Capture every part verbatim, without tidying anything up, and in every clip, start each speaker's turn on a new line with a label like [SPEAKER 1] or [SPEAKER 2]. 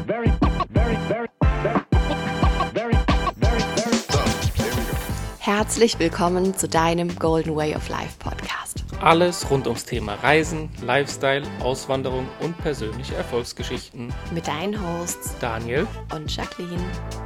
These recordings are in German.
[SPEAKER 1] very, very, very, very, very, very, very. So, there we go.
[SPEAKER 2] Herzlich willkommen zu deinem Golden Way of Life Podcast.
[SPEAKER 3] Alles rund ums Thema Reisen, Lifestyle, Auswanderung und persönliche Erfolgsgeschichten.
[SPEAKER 2] Mit deinen Hosts
[SPEAKER 3] Daniel
[SPEAKER 2] und Jacqueline.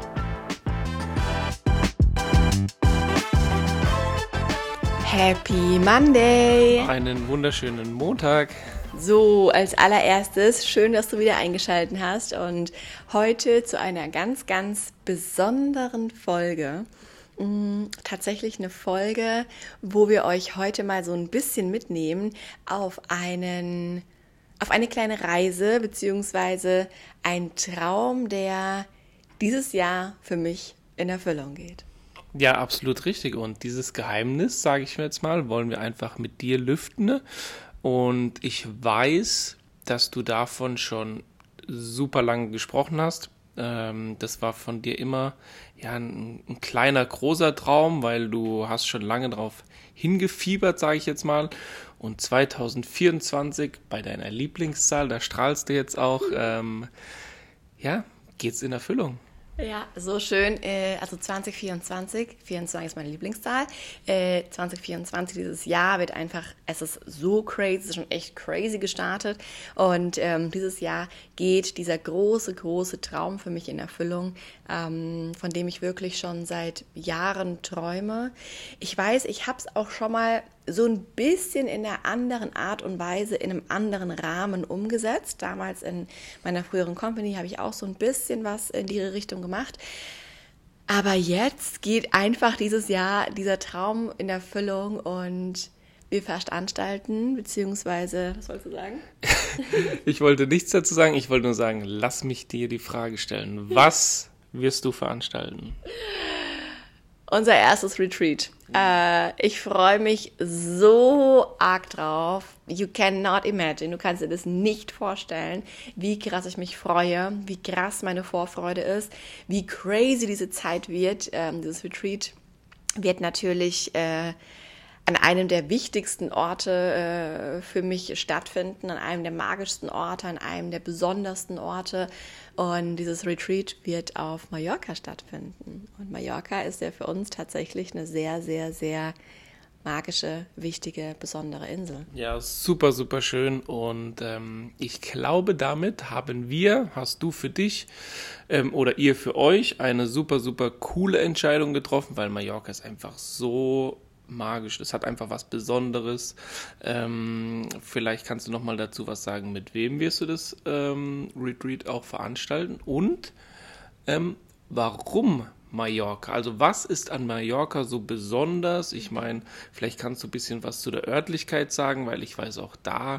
[SPEAKER 2] Happy Monday!
[SPEAKER 3] Einen wunderschönen Montag.
[SPEAKER 2] So, als allererstes, schön, dass du wieder eingeschaltet hast und heute zu einer ganz, ganz besonderen Folge. Tatsächlich eine Folge, wo wir euch heute mal so ein bisschen mitnehmen auf einen, auf eine kleine Reise beziehungsweise ein Traum, der dieses Jahr für mich in Erfüllung geht.
[SPEAKER 3] Ja, absolut richtig. Und dieses Geheimnis, sage ich mir jetzt mal, wollen wir einfach mit dir lüften. Und ich weiß, dass du davon schon super lange gesprochen hast. Ähm, das war von dir immer ja, ein, ein kleiner, großer Traum, weil du hast schon lange drauf hingefiebert, sage ich jetzt mal. Und zwanzig vierundzwanzig, bei deiner Lieblingszahl, da strahlst du jetzt auch, ähm, ja, geht's in Erfüllung.
[SPEAKER 2] Ja, so schön. Also zwanzig vierundzwanzig, vierundzwanzig ist meine Lieblingszahl. zwanzig vierundzwanzig, dieses Jahr wird einfach, es ist so crazy, es ist schon echt crazy gestartet. Und ähm, dieses Jahr geht dieser große, große Traum für mich in Erfüllung, ähm, von dem ich wirklich schon seit Jahren träume. Ich weiß, ich habe es auch schon mal so ein bisschen in einer anderen Art und Weise, in einem anderen Rahmen umgesetzt. Damals in meiner früheren Company habe ich auch so ein bisschen was in die Richtung gemacht. Aber jetzt geht einfach dieses Jahr dieser Traum in Erfüllung und wir veranstalten, beziehungsweise, was wolltest du sagen?
[SPEAKER 3] Ich wollte nichts dazu sagen, ich wollte nur sagen, lass mich dir die Frage stellen. Was wirst du veranstalten?
[SPEAKER 2] Unser erstes Retreat. Äh, ich freue mich so arg drauf. You cannot imagine. Du kannst dir das nicht vorstellen, wie krass ich mich freue, wie krass meine Vorfreude ist, wie crazy diese Zeit wird. Ähm, dieses Retreat wird natürlich äh, an einem der wichtigsten Orte äh, für mich stattfinden, an einem der magischsten Orte, an einem der besondersten Orte. Und dieses Retreat wird auf Mallorca stattfinden. Und Mallorca ist ja für uns tatsächlich eine sehr, sehr, sehr magische, wichtige, besondere Insel.
[SPEAKER 3] Ja, super, super schön. Und ähm, ich glaube, damit haben wir, hast du für dich ähm, oder ihr für euch eine super, super coole Entscheidung getroffen, weil Mallorca ist einfach so magisch. Das hat einfach was Besonderes. Ähm, vielleicht kannst du noch mal dazu was sagen, mit wem wirst du das ähm, Retreat auch veranstalten und ähm, warum Mallorca? Also was ist an Mallorca so besonders? Ich meine, vielleicht kannst du ein bisschen was zu der Örtlichkeit sagen, weil ich weiß, auch da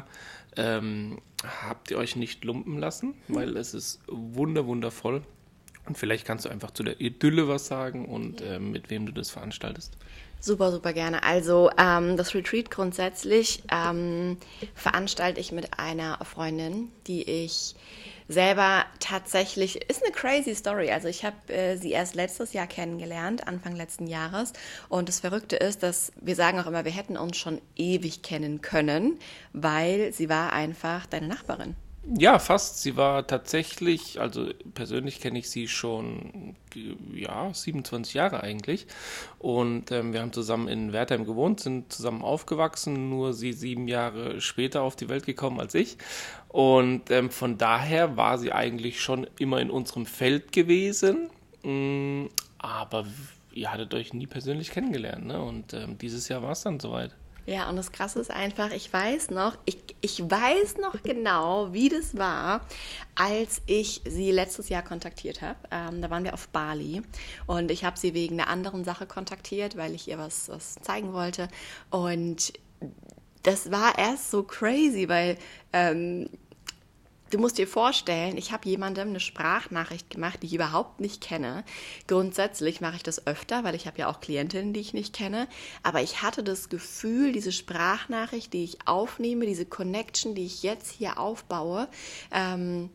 [SPEAKER 3] ähm, habt ihr euch nicht lumpen lassen, weil es ist wunder, wundervoll. Und vielleicht kannst du einfach zu der Idylle was sagen und ähm, mit wem du das veranstaltest.
[SPEAKER 2] Super, super gerne. Also ähm, das Retreat grundsätzlich ähm, veranstalte ich mit einer Freundin, die ich selber tatsächlich, ist eine crazy Story. Also ich habe äh, sie erst letztes Jahr kennengelernt, Anfang letzten Jahres. Und das Verrückte ist, dass wir sagen auch immer, wir hätten uns schon ewig kennen können, weil sie war einfach deine Nachbarin.
[SPEAKER 3] Ja, fast. Sie war tatsächlich, also persönlich kenne ich sie schon, ja, siebenundzwanzig Jahre eigentlich. Und ähm, wir haben zusammen in Wertheim gewohnt, sind zusammen aufgewachsen, nur sie sieben Jahre später auf die Welt gekommen als ich. Und ähm, von daher war sie eigentlich schon immer in unserem Feld gewesen. Mm, aber ihr hattet euch nie persönlich kennengelernt, ne? Und ähm, dieses Jahr war es dann soweit.
[SPEAKER 2] Ja, und das Krasse ist einfach, ich weiß noch, ich, ich weiß noch genau, wie das war, als ich sie letztes Jahr kontaktiert habe. Ähm, da waren wir auf Bali und ich habe sie wegen einer anderen Sache kontaktiert, weil ich ihr was, was zeigen wollte. Und das war erst so crazy, weil ähm, du musst dir vorstellen, ich habe jemandem eine Sprachnachricht gemacht, die ich überhaupt nicht kenne. Grundsätzlich mache ich das öfter, weil ich habe ja auch Klientinnen, die ich nicht kenne. Aber ich hatte das Gefühl, diese Sprachnachricht, die ich aufnehme, diese Connection, die ich jetzt hier aufbaue, ähm,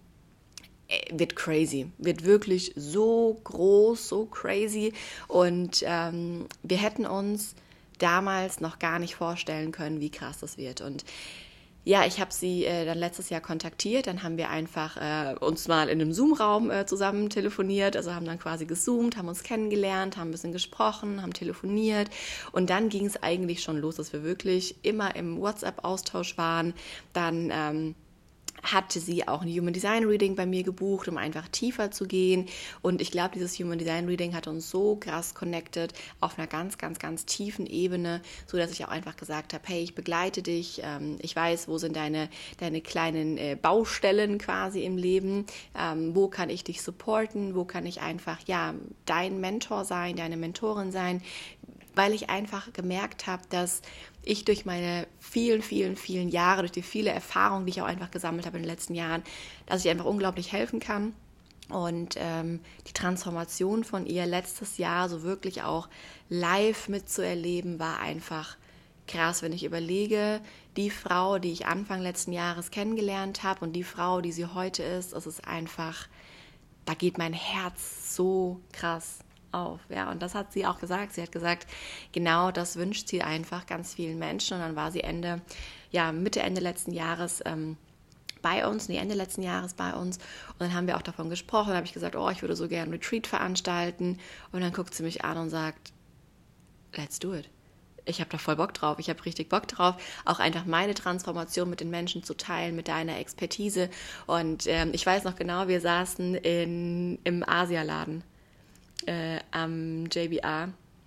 [SPEAKER 2] wird crazy, wird wirklich so groß, so crazy. Und ähm, wir hätten uns damals noch gar nicht vorstellen können, wie krass das wird. Und Ja, ich habe sie äh, dann letztes Jahr kontaktiert, dann haben wir einfach äh, uns mal in einem Zoom-Raum äh, zusammen telefoniert, also haben dann quasi gezoomt, haben uns kennengelernt, haben ein bisschen gesprochen, haben telefoniert und dann ging es eigentlich schon los, dass wir wirklich immer im WhatsApp-Austausch waren, dann ähm, hatte sie auch ein Human Design Reading bei mir gebucht, um einfach tiefer zu gehen. Und ich glaube, dieses Human Design Reading hat uns so krass connected auf einer ganz, ganz, ganz tiefen Ebene, so dass ich auch einfach gesagt habe, hey, ich begleite dich. Ähm, ich weiß, wo sind deine, deine kleinen äh, Baustellen quasi im Leben. Ähm, wo kann ich dich supporten? Wo kann ich einfach, ja, dein Mentor sein, deine Mentorin sein? Weil ich einfach gemerkt habe, dass ich durch meine vielen, vielen, vielen Jahre, durch die viele Erfahrungen, die ich auch einfach gesammelt habe in den letzten Jahren, dass ich einfach unglaublich helfen kann. Und ähm, die Transformation von ihr letztes Jahr so wirklich auch live mitzuerleben, war einfach krass, wenn ich überlege, die Frau, die ich Anfang letzten Jahres kennengelernt habe und die Frau, die sie heute ist, es ist einfach, da geht mein Herz so krass auf, ja, und das hat sie auch gesagt. Sie hat gesagt, genau das wünscht sie einfach ganz vielen Menschen. Und dann war sie Ende, ja, Mitte, Ende letzten Jahres ähm, bei uns, nee, Ende letzten Jahres bei uns. Und dann haben wir auch davon gesprochen. Dann habe ich gesagt, oh, ich würde so gerne einen Retreat veranstalten. Und dann guckt sie mich an und sagt, let's do it. Ich habe da voll Bock drauf. Ich habe richtig Bock drauf, auch einfach meine Transformation mit den Menschen zu teilen, mit deiner Expertise. Und ähm, ich weiß noch genau, wir saßen in, im Asialaden. Äh, am J B A,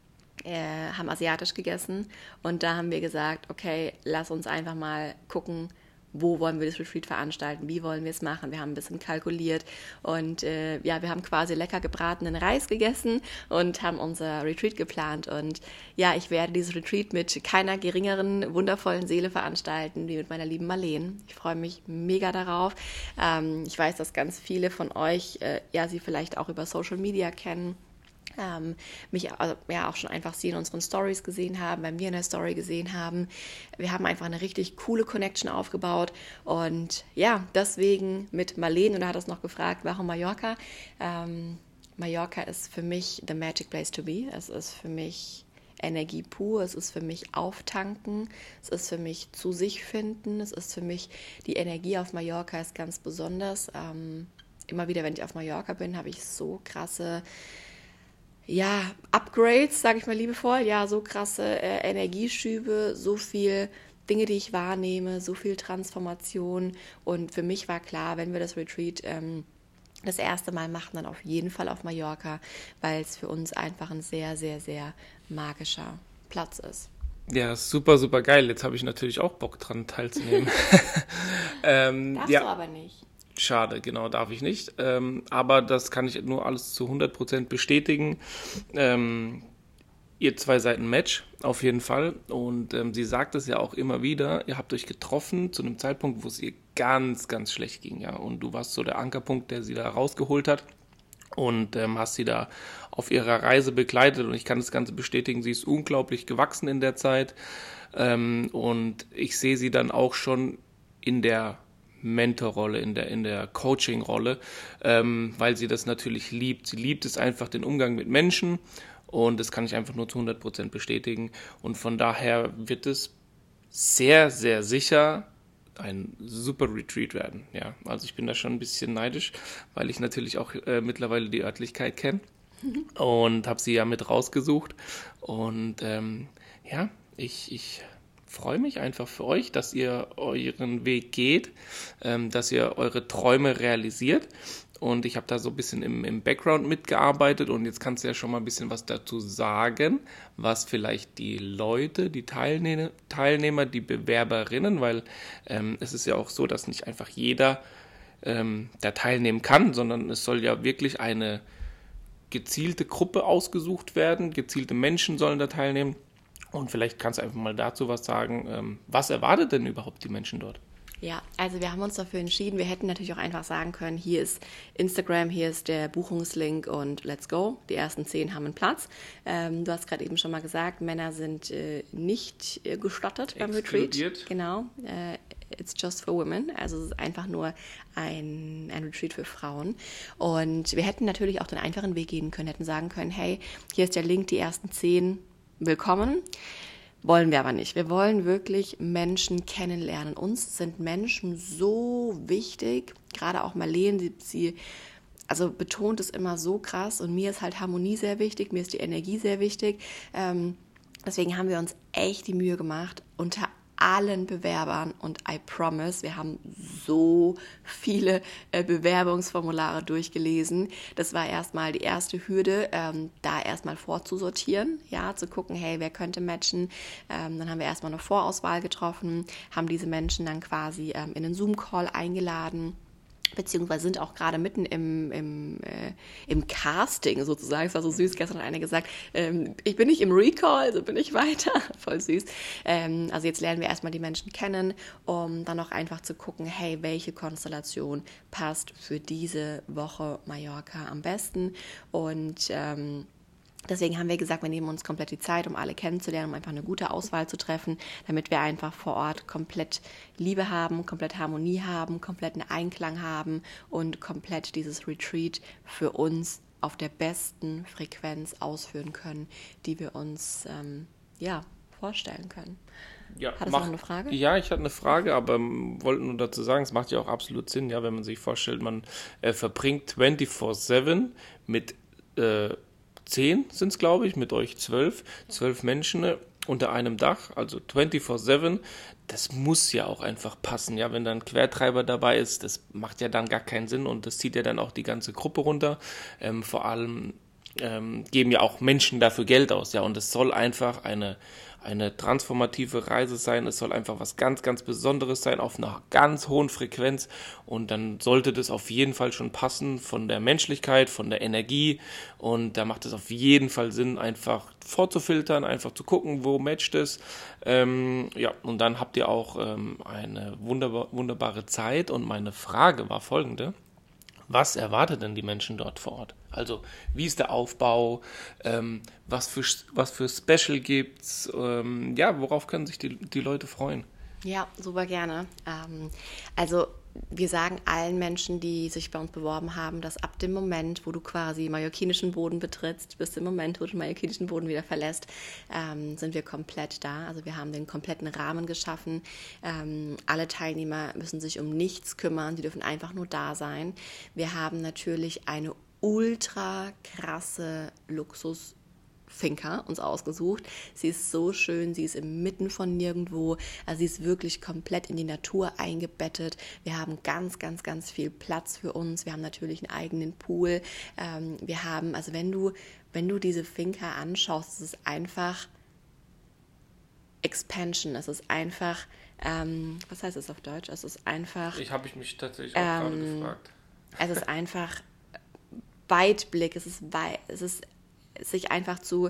[SPEAKER 2] äh, haben asiatisch gegessen und da haben wir gesagt, okay, lass uns einfach mal gucken, wo wollen wir das Retreat veranstalten, wie wollen wir es machen. Wir haben ein bisschen kalkuliert und äh, ja, wir haben quasi lecker gebratenen Reis gegessen und haben unser Retreat geplant. Und ja, ich werde dieses Retreat mit keiner geringeren, wundervollen Seele veranstalten, wie mit meiner lieben Marlene. Ich freue mich mega darauf. Ähm, ich weiß, dass ganz viele von euch äh, ja, sie vielleicht auch über Social Media kennen. Ähm, mich also, ja auch schon einfach sie in unseren Stories gesehen haben, bei mir in der Story gesehen haben. Wir haben einfach eine richtig coole Connection aufgebaut und ja, deswegen mit Marlene, und da hat es noch gefragt, warum Mallorca? Ähm, Mallorca ist für mich the magic place to be. Es ist für mich Energie pur, es ist für mich auftanken, es ist für mich zu sich finden, es ist für mich, die Energie auf Mallorca ist ganz besonders. Ähm, immer wieder, wenn ich auf Mallorca bin, habe ich so krasse ja, Upgrades, sage ich mal liebevoll, ja, so krasse äh, Energieschübe, so viel Dinge, die ich wahrnehme, so viel Transformation. Und für mich war klar, wenn wir das Retreat ähm, das erste Mal machen, dann auf jeden Fall auf Mallorca, weil es für uns einfach ein sehr, sehr, sehr magischer Platz ist.
[SPEAKER 3] Ja, super, super geil. Jetzt habe ich natürlich auch Bock dran teilzunehmen. ähm,
[SPEAKER 2] Darfst
[SPEAKER 3] ja.
[SPEAKER 2] du aber nicht.
[SPEAKER 3] Schade, genau, darf ich nicht. Ähm, aber das kann ich nur alles zu hundert Prozent bestätigen. Ähm, ihr zwei seid ein Match, auf jeden Fall. Und ähm, sie sagt es ja auch immer wieder, ihr habt euch getroffen zu einem Zeitpunkt, wo es ihr ganz, ganz schlecht ging. Ja? Und du warst so der Ankerpunkt, der sie da rausgeholt hat. Und ähm, hast sie da auf ihrer Reise begleitet. Und ich kann das Ganze bestätigen, sie ist unglaublich gewachsen in der Zeit. Ähm, und ich sehe sie dann auch schon in der Mentorrolle, in der, in der Coaching-Rolle, ähm, weil sie das natürlich liebt. Sie liebt es einfach, den Umgang mit Menschen, und das kann ich einfach nur zu hundert Prozent bestätigen. Und von daher wird es sehr, sehr sicher ein super Retreat werden. Ja, also ich bin da schon ein bisschen neidisch, weil ich natürlich auch äh, mittlerweile die Örtlichkeit kenne und habe sie ja mit rausgesucht. Und ähm, ja, ich... ich freue mich einfach für euch, dass ihr euren Weg geht, ähm, dass ihr eure Träume realisiert. Und ich habe da so ein bisschen im, im Background mitgearbeitet, und jetzt kannst du ja schon mal ein bisschen was dazu sagen, was vielleicht die Leute, die Teilnehmer, Teilnehmer die Bewerberinnen, weil ähm, es ist ja auch so, dass nicht einfach jeder ähm, da teilnehmen kann, sondern es soll ja wirklich eine gezielte Gruppe ausgesucht werden, gezielte Menschen sollen da teilnehmen. Und vielleicht kannst du einfach mal dazu was sagen. Was erwartet denn überhaupt die Menschen dort?
[SPEAKER 2] Ja, also wir haben uns dafür entschieden. Wir hätten natürlich auch einfach sagen können, hier ist Instagram, hier ist der Buchungslink und let's go. Die ersten zehn haben einen Platz. Ähm, du hast gerade eben schon mal gesagt, Männer sind äh, nicht äh, gestattet beim Retreat. Genau, äh, it's just for women. Also es ist einfach nur ein, ein Retreat für Frauen. Und wir hätten natürlich auch den einfachen Weg gehen können, hätten sagen können, hey, hier ist der Link, die ersten zehn willkommen. Wollen wir aber nicht. Wir wollen wirklich Menschen kennenlernen. Uns sind Menschen so wichtig, gerade auch Marlene, sie, sie also betont es immer so krass und mir ist halt Harmonie sehr wichtig, mir ist die Energie sehr wichtig. Ähm, deswegen haben wir uns echt die Mühe gemacht, unter allen Bewerbern und I promise, wir haben so viele äh, Bewerbungsformulare durchgelesen. Das war erstmal die erste Hürde, ähm, da erstmal vorzusortieren, ja, zu gucken, hey, wer könnte matchen. Ähm, dann haben wir erstmal eine Vorauswahl getroffen, haben diese Menschen dann quasi ähm, in einen Zoom-Call eingeladen, beziehungsweise sind auch gerade mitten im, im, äh, im Casting sozusagen. Es war so süß, gestern hat einer gesagt, ähm, ich bin nicht im Recall, also bin ich weiter. Voll süß. Ähm, also jetzt lernen wir erstmal die Menschen kennen, um dann auch einfach zu gucken, hey, welche Konstellation passt für diese Woche Mallorca am besten. Und ähm, deswegen haben wir gesagt, wir nehmen uns komplett die Zeit, um alle kennenzulernen, um einfach eine gute Auswahl zu treffen, damit wir einfach vor Ort komplett Liebe haben, komplett Harmonie haben, komplett einen Einklang haben und komplett dieses Retreat für uns auf der besten Frequenz ausführen können, die wir uns ähm, ja, vorstellen können.
[SPEAKER 3] Ja,
[SPEAKER 2] Hattest
[SPEAKER 3] mach,
[SPEAKER 2] du noch eine Frage?
[SPEAKER 3] Ja, ich hatte eine Frage, aber ähm, wollte nur dazu sagen, es macht ja auch absolut Sinn, ja, wenn man sich vorstellt, man äh, verbringt vierundzwanzig sieben mit äh, zehn sind es, glaube ich, mit euch zwölf, zwölf Menschen äh, unter einem Dach, also vierundzwanzig sieben, das muss ja auch einfach passen, ja, wenn da ein Quertreiber dabei ist, das macht ja dann gar keinen Sinn und das zieht ja dann auch die ganze Gruppe runter, ähm, vor allem ähm, geben ja auch Menschen dafür Geld aus, ja, und es soll einfach eine eine transformative Reise sein, es soll einfach was ganz, ganz Besonderes sein, auf einer ganz hohen Frequenz und dann sollte das auf jeden Fall schon passen von der Menschlichkeit, von der Energie und da macht es auf jeden Fall Sinn, einfach vorzufiltern, einfach zu gucken, wo matcht es, ähm, ja, und dann habt ihr auch ähm, eine wunderbar, wunderbare Zeit und meine Frage war folgende: Was erwartet denn die Menschen dort vor Ort? Also, wie ist der Aufbau? Ähm, was für was für Special gibt's? Ähm, ja, worauf können sich die, die Leute freuen?
[SPEAKER 2] Ja, super gerne. Ähm, also wir sagen allen Menschen, die sich bei uns beworben haben, dass ab dem Moment, wo du quasi mallorquinischen Boden betrittst, bis dem Moment, wo du den mallorquinischen Boden wieder verlässt, ähm, sind wir komplett da. Also wir haben den kompletten Rahmen geschaffen. Ähm, alle Teilnehmer müssen sich um nichts kümmern, sie dürfen einfach nur da sein. Wir haben natürlich eine ultra krasse Luxus- Finca uns ausgesucht. Sie ist so schön, sie ist inmitten von nirgendwo, also sie ist wirklich komplett in die Natur eingebettet. Wir haben ganz, ganz, ganz viel Platz für uns. Wir haben natürlich einen eigenen Pool. Ähm, wir haben, also wenn du, wenn du diese Finca anschaust, es ist einfach Expansion. Es ist einfach, ähm, was heißt es auf Deutsch? Es ist einfach...
[SPEAKER 3] Ich habe ich mich tatsächlich auch
[SPEAKER 2] ähm,
[SPEAKER 3] gerade gefragt.
[SPEAKER 2] Es ist einfach Weitblick, es ist weit, es ist sich einfach zu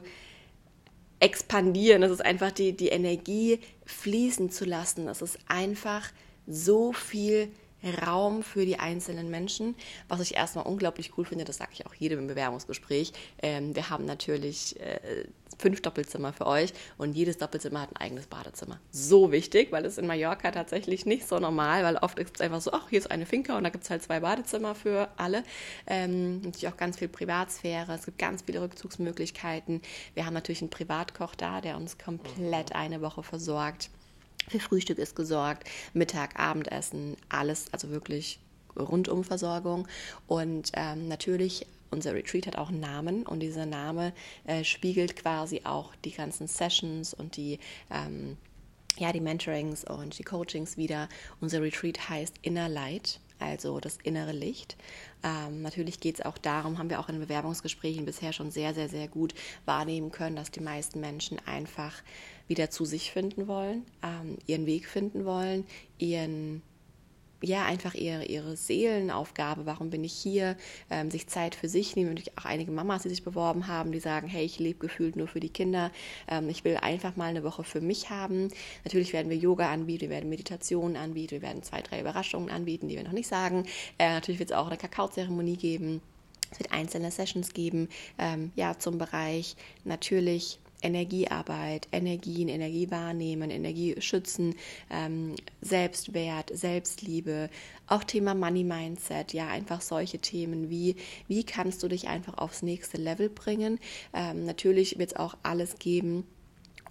[SPEAKER 2] expandieren, es ist einfach die, die Energie fließen zu lassen, es ist einfach so viel Raum für die einzelnen Menschen, was ich erstmal unglaublich cool finde, das sage ich auch jedem im Bewerbungsgespräch. Ähm, wir haben natürlich äh, fünf Doppelzimmer für euch und jedes Doppelzimmer hat ein eigenes Badezimmer. So wichtig, weil es in Mallorca tatsächlich nicht so normal, weil oft ist es einfach so, ach, hier ist eine Finca und da gibt es halt zwei Badezimmer für alle. Ähm, natürlich auch ganz viel Privatsphäre, es gibt ganz viele Rückzugsmöglichkeiten. Wir haben natürlich einen Privatkoch da, der uns komplett eine Woche versorgt. Für Frühstück ist gesorgt, Mittag, Abendessen, alles, also wirklich Rundumversorgung. Und ähm, natürlich, unser Retreat hat auch einen Namen und dieser Name äh, spiegelt quasi auch die ganzen Sessions und die, ähm, ja, die Mentorings und die Coachings wieder. Unser Retreat heißt Inner Light, also das innere Licht. Ähm, natürlich geht es auch darum, haben wir auch in Bewerbungsgesprächen bisher schon sehr, sehr, sehr gut wahrnehmen können, dass die meisten Menschen einfach wieder zu sich finden wollen, ähm, ihren Weg finden wollen, ihren, ja, einfach ihre, ihre Seelenaufgabe, warum bin ich hier, ähm, sich Zeit für sich nehmen. Natürlich auch einige Mamas, die sich beworben haben, die sagen, hey, ich lebe gefühlt nur für die Kinder, ähm, ich will einfach mal eine Woche für mich haben. Natürlich werden wir Yoga anbieten, wir werden Meditationen anbieten, wir werden zwei, drei Überraschungen anbieten, die wir noch nicht sagen. Äh, natürlich wird es auch eine Kakaozeremonie geben, es wird einzelne Sessions geben, ähm, ja, zum Bereich natürlich Energiearbeit, Energien, Energie wahrnehmen, Energie schützen, ähm, Selbstwert, Selbstliebe, auch Thema Money Mindset, ja, einfach solche Themen wie, wie kannst du dich einfach aufs nächste Level bringen. Ähm, natürlich wird es auch alles geben,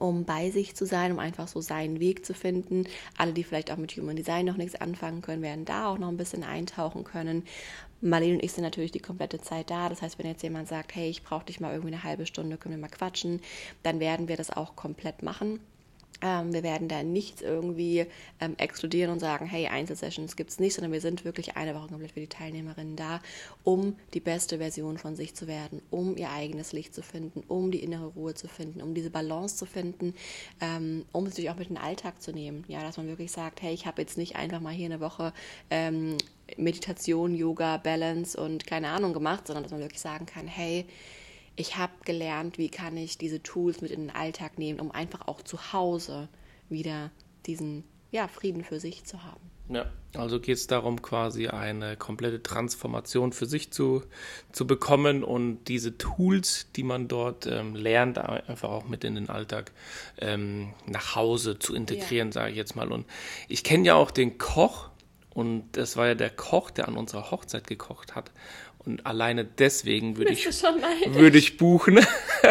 [SPEAKER 2] um bei sich zu sein, um einfach so seinen Weg zu finden. Alle, die vielleicht auch mit Human Design noch nichts anfangen können, werden da auch noch ein bisschen eintauchen können. Marlene und ich sind natürlich die komplette Zeit da. Das heißt, wenn jetzt jemand sagt, hey, ich brauche dich mal irgendwie eine halbe Stunde, können wir mal quatschen, dann werden wir das auch komplett machen. Ähm, wir werden da nichts irgendwie ähm, exkludieren und sagen, hey, Einzelsessions gibt es nicht, sondern wir sind wirklich eine Woche komplett für die Teilnehmerinnen da, um die beste Version von sich zu werden, um ihr eigenes Licht zu finden, um die innere Ruhe zu finden, um diese Balance zu finden, ähm, um es natürlich auch mit in den Alltag zu nehmen. Ja, dass man wirklich sagt, hey, ich habe jetzt nicht einfach mal hier eine Woche ähm, Meditation, Yoga, Balance und keine Ahnung gemacht, sondern dass man wirklich sagen kann, hey, ich habe gelernt, wie kann ich diese Tools mit in den Alltag nehmen, um einfach auch zu Hause wieder diesen ja, Frieden für sich zu haben.
[SPEAKER 3] Ja, also geht es darum, quasi eine komplette Transformation für sich zu, zu bekommen und diese Tools, die man dort ähm, lernt, einfach auch mit in den Alltag ähm, nach Hause zu integrieren, ja. Sage ich jetzt mal. Und ich kenne ja auch den Koch und das war ja der Koch, der an unserer Hochzeit gekocht hat. Und alleine deswegen würde ich, würde ich buchen,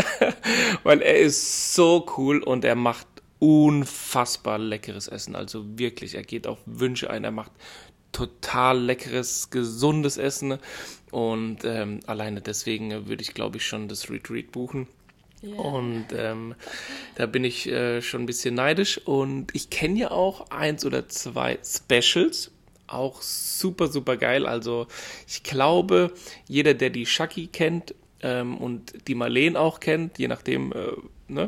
[SPEAKER 3] weil er ist so cool und er macht unfassbar leckeres Essen. Also wirklich, er geht auf Wünsche ein, er macht total leckeres, gesundes Essen. Und ähm, alleine deswegen würde ich, glaube ich, schon das Retreat buchen. Yeah. Und ähm, da bin ich äh, schon ein bisschen neidisch. Und ich kenne ja auch eins oder zwei Specials. Auch super, super geil. Also ich glaube, jeder, der die Shaki kennt ähm, und die Marlene auch kennt, je nachdem, äh, ne,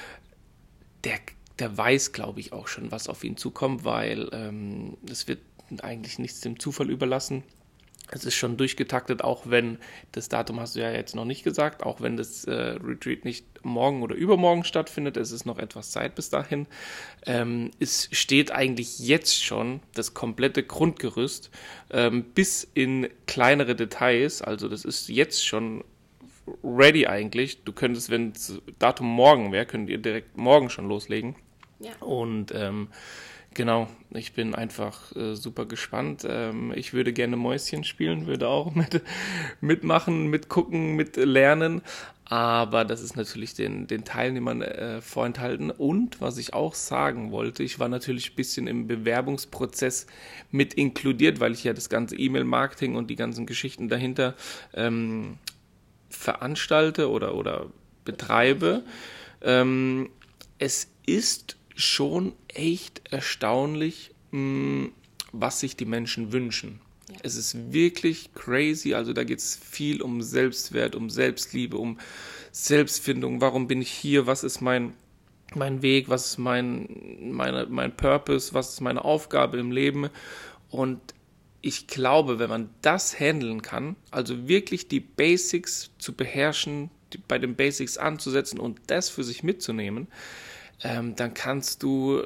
[SPEAKER 3] der, der weiß, glaube ich, auch schon, was auf ihn zukommt, weil ähm, es wird eigentlich nichts dem Zufall überlassen. Es ist schon durchgetaktet, auch wenn, das Datum hast du ja jetzt noch nicht gesagt, auch wenn das äh, Retreat nicht morgen oder übermorgen stattfindet, es ist noch etwas Zeit bis dahin. Ähm, es steht eigentlich jetzt schon das komplette Grundgerüst ähm, bis in kleinere Details, also das ist jetzt schon ready eigentlich. Du könntest, wenn das Datum morgen wäre, könnt ihr direkt morgen schon loslegen. Ja. Und ähm, genau, ich bin einfach äh, super gespannt. Ähm, ich würde gerne Mäuschen spielen, würde auch mit, mitmachen, mitgucken, mitlernen. Aber das ist natürlich den, den Teilnehmern äh, vorenthalten. Und was ich auch sagen wollte, ich war natürlich ein bisschen im Bewerbungsprozess mit inkludiert, weil ich ja das ganze E-Mail-Marketing und die ganzen Geschichten dahinter ähm, veranstalte oder, oder betreibe. Ähm, es ist schon echt erstaunlich, mh, was sich die Menschen wünschen. Ja. Es ist wirklich crazy, also da geht es viel um Selbstwert, um Selbstliebe, um Selbstfindung. Warum bin ich hier? Was ist mein, mein Weg? Was ist mein, meine, mein Purpose? Was ist meine Aufgabe im Leben? Und ich glaube, wenn man das handeln kann, also wirklich die Basics zu beherrschen, die, bei den Basics anzusetzen und das für sich mitzunehmen, ähm, dann kannst du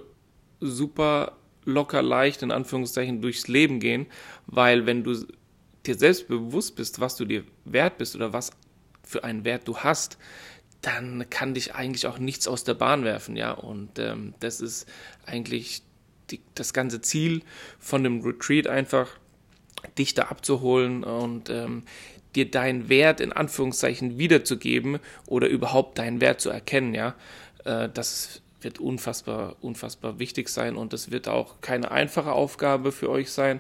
[SPEAKER 3] super locker leicht in Anführungszeichen durchs Leben gehen, weil wenn du dir selbst bewusst bist, was du dir wert bist oder was für einen Wert du hast, dann kann dich eigentlich auch nichts aus der Bahn werfen, ja, und ähm, das ist eigentlich die, das ganze Ziel von dem Retreat, einfach dich da abzuholen und ähm, dir deinen Wert in Anführungszeichen wiederzugeben oder überhaupt deinen Wert zu erkennen, ja, äh, das wird unfassbar, unfassbar wichtig sein und das wird auch keine einfache Aufgabe für euch sein,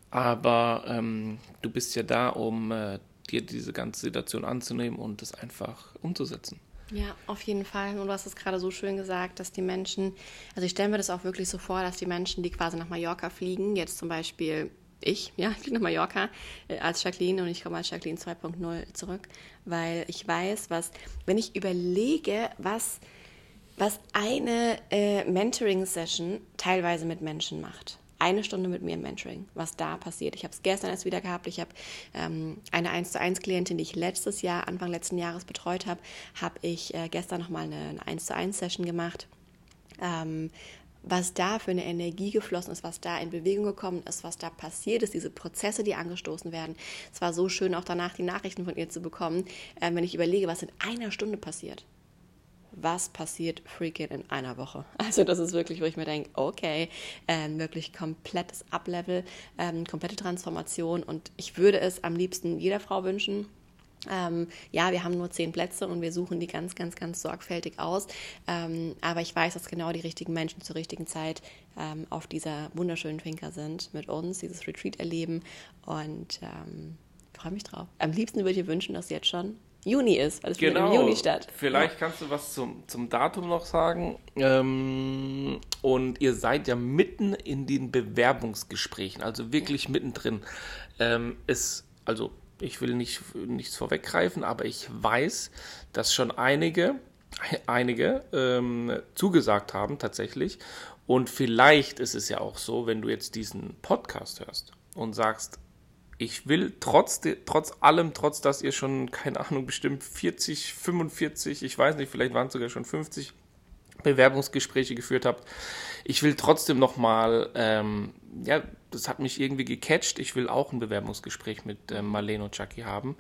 [SPEAKER 3] aber ähm, du bist ja da, um äh, dir diese ganze Situation anzunehmen und das einfach umzusetzen.
[SPEAKER 2] Ja, auf jeden Fall. Und du hast es gerade so schön gesagt, dass die Menschen, also ich stelle mir das auch wirklich so vor, dass die Menschen, die quasi nach Mallorca fliegen, jetzt zum Beispiel ich, ja, ich fliege nach Mallorca äh, als Jacqueline und ich komme als Jacqueline zwei Punkt null zurück, weil ich weiß, was, wenn ich überlege, was, was eine äh, Mentoring-Session teilweise mit Menschen macht. Eine Stunde mit mir im Mentoring, was da passiert. Ich habe es gestern erst wieder gehabt. Ich habe ähm, eine eins zu eins Klientin, die ich letztes Jahr, Anfang letzten Jahres betreut habe, habe ich äh, gestern nochmal eine, eine eins zu eins Session gemacht. Ähm, was da für eine Energie geflossen ist, was da in Bewegung gekommen ist, was da passiert ist, diese Prozesse, die angestoßen werden. Es war so schön, auch danach die Nachrichten von ihr zu bekommen, äh, wenn ich überlege, was in einer Stunde passiert. Was passiert freaking in einer Woche? Also das ist wirklich, wo ich mir denke, okay, ähm, wirklich komplettes Uplevel, ähm, komplette Transformation und ich würde es am liebsten jeder Frau wünschen, Ähm, ja, wir haben nur zehn Plätze und wir suchen die ganz, ganz, ganz sorgfältig aus. Ähm, aber ich weiß, dass genau die richtigen Menschen zur richtigen Zeit ähm, auf dieser wunderschönen Finca sind, mit uns dieses Retreat erleben und ähm, freue mich drauf. Am liebsten würde ich mir wünschen, dass jetzt schon Juni ist, weil es findet im Juni statt.
[SPEAKER 3] Vielleicht
[SPEAKER 2] ja.
[SPEAKER 3] kannst du was zum, zum Datum noch sagen. Ähm, und ihr seid ja mitten in den Bewerbungsgesprächen, also wirklich ja. mittendrin. Ähm, es, also ich will nicht, nichts vorweggreifen, aber ich weiß, dass schon einige, einige ähm, zugesagt haben tatsächlich. Und vielleicht ist es ja auch so, wenn du jetzt diesen Podcast hörst und sagst, ich will trotz, de, trotz allem, trotz dass ihr schon, keine Ahnung, bestimmt vierzig, fünfundvierzig, ich weiß nicht, vielleicht waren es sogar schon fünfzig Bewerbungsgespräche geführt habt, ich will trotzdem nochmal, ähm, ja, das hat mich irgendwie gecatcht, ich will auch ein Bewerbungsgespräch mit ähm, Marlene und Chucky haben,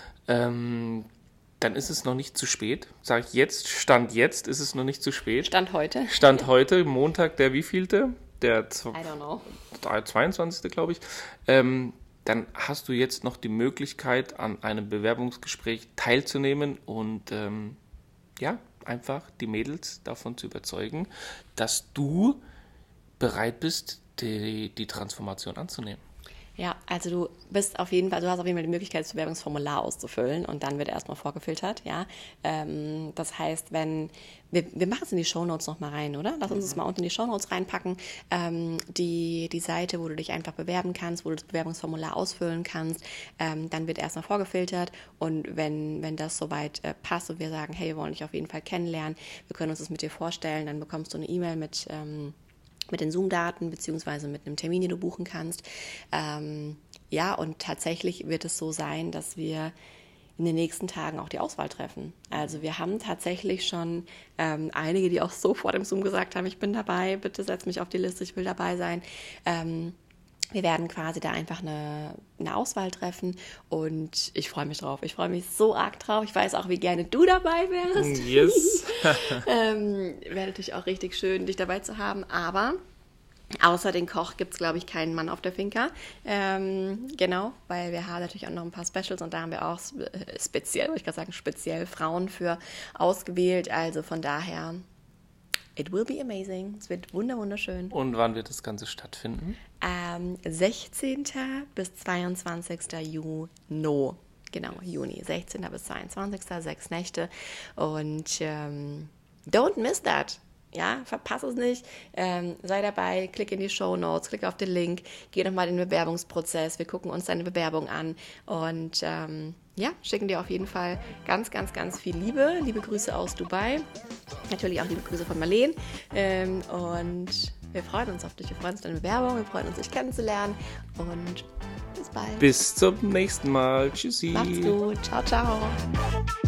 [SPEAKER 3] ähm, dann ist es noch nicht zu spät. Sag ich jetzt, Stand jetzt ist es noch nicht zu spät.
[SPEAKER 2] Stand heute.
[SPEAKER 3] Stand heute, Montag, der wievielte? Der Z-
[SPEAKER 2] I don't know.
[SPEAKER 3] zweiundzwanzigste glaube ich. Ähm, dann hast du jetzt noch die Möglichkeit, an einem Bewerbungsgespräch teilzunehmen und ähm, ja, einfach die Mädels davon zu überzeugen, dass du bereit bist, die, die Transformation anzunehmen.
[SPEAKER 2] Ja, also du bist auf jeden Fall, du hast auf jeden Fall die Möglichkeit, das Bewerbungsformular auszufüllen und dann wird erstmal vorgefiltert, ja. Ähm, das heißt, wenn, wir, wir machen es in die Shownotes nochmal rein, oder? Lass uns das mal unten in die Shownotes reinpacken. Ähm, die, die Seite, wo du dich einfach bewerben kannst, wo du das Bewerbungsformular ausfüllen kannst, ähm, dann wird erstmal vorgefiltert und wenn, wenn das soweit äh, passt und wir sagen, hey, wir wollen dich auf jeden Fall kennenlernen, wir können uns das mit dir vorstellen, dann bekommst du eine E-Mail mit, ähm, mit den Zoom-Daten beziehungsweise mit einem Termin, den du buchen kannst. Ähm, ja, und tatsächlich wird es so sein, dass wir in den nächsten Tagen auch die Auswahl treffen. Also wir haben tatsächlich schon ähm, einige, die auch so vor dem Zoom gesagt haben, ich bin dabei, bitte setz mich auf die Liste, ich will dabei sein. Ähm, Wir werden quasi da einfach eine, eine Auswahl treffen und ich freue mich drauf. Ich freue mich so arg drauf. Ich weiß auch, wie gerne du dabei wärst.
[SPEAKER 3] Yes.
[SPEAKER 2] ähm, wäre natürlich auch richtig schön, dich dabei zu haben, aber außer den Koch gibt es, glaube ich, keinen Mann auf der Finca. Ähm, genau, weil wir haben natürlich auch noch ein paar Specials und da haben wir auch speziell, wollte ich gerade sagen, speziell Frauen für ausgewählt. Also von daher, it will be amazing. Es wird wunderschön.
[SPEAKER 3] Und wann wird das Ganze stattfinden?
[SPEAKER 2] Ähm, sechzehnten bis zweiundzwanzigsten Juni. Genau, Juni. sechzehnten bis zweiundzwanzigsten Sechs Nächte. Und ähm, don't miss that. Ja, verpass es nicht. Ähm, sei dabei, klick in die Shownotes, klick auf den Link, geh nochmal in den Bewerbungsprozess. Wir gucken uns deine Bewerbung an und ähm, ja, schicken dir auf jeden Fall ganz, ganz, ganz viel Liebe. Liebe Grüße aus Dubai. Natürlich auch liebe Grüße von Marlene. Ähm, und wir freuen uns auf dich. Wir freuen uns auf deine Bewerbung. Wir freuen uns, dich kennenzulernen. Und bis bald.
[SPEAKER 3] Bis zum nächsten Mal. Tschüssi.
[SPEAKER 2] Macht's gut. Ciao, ciao.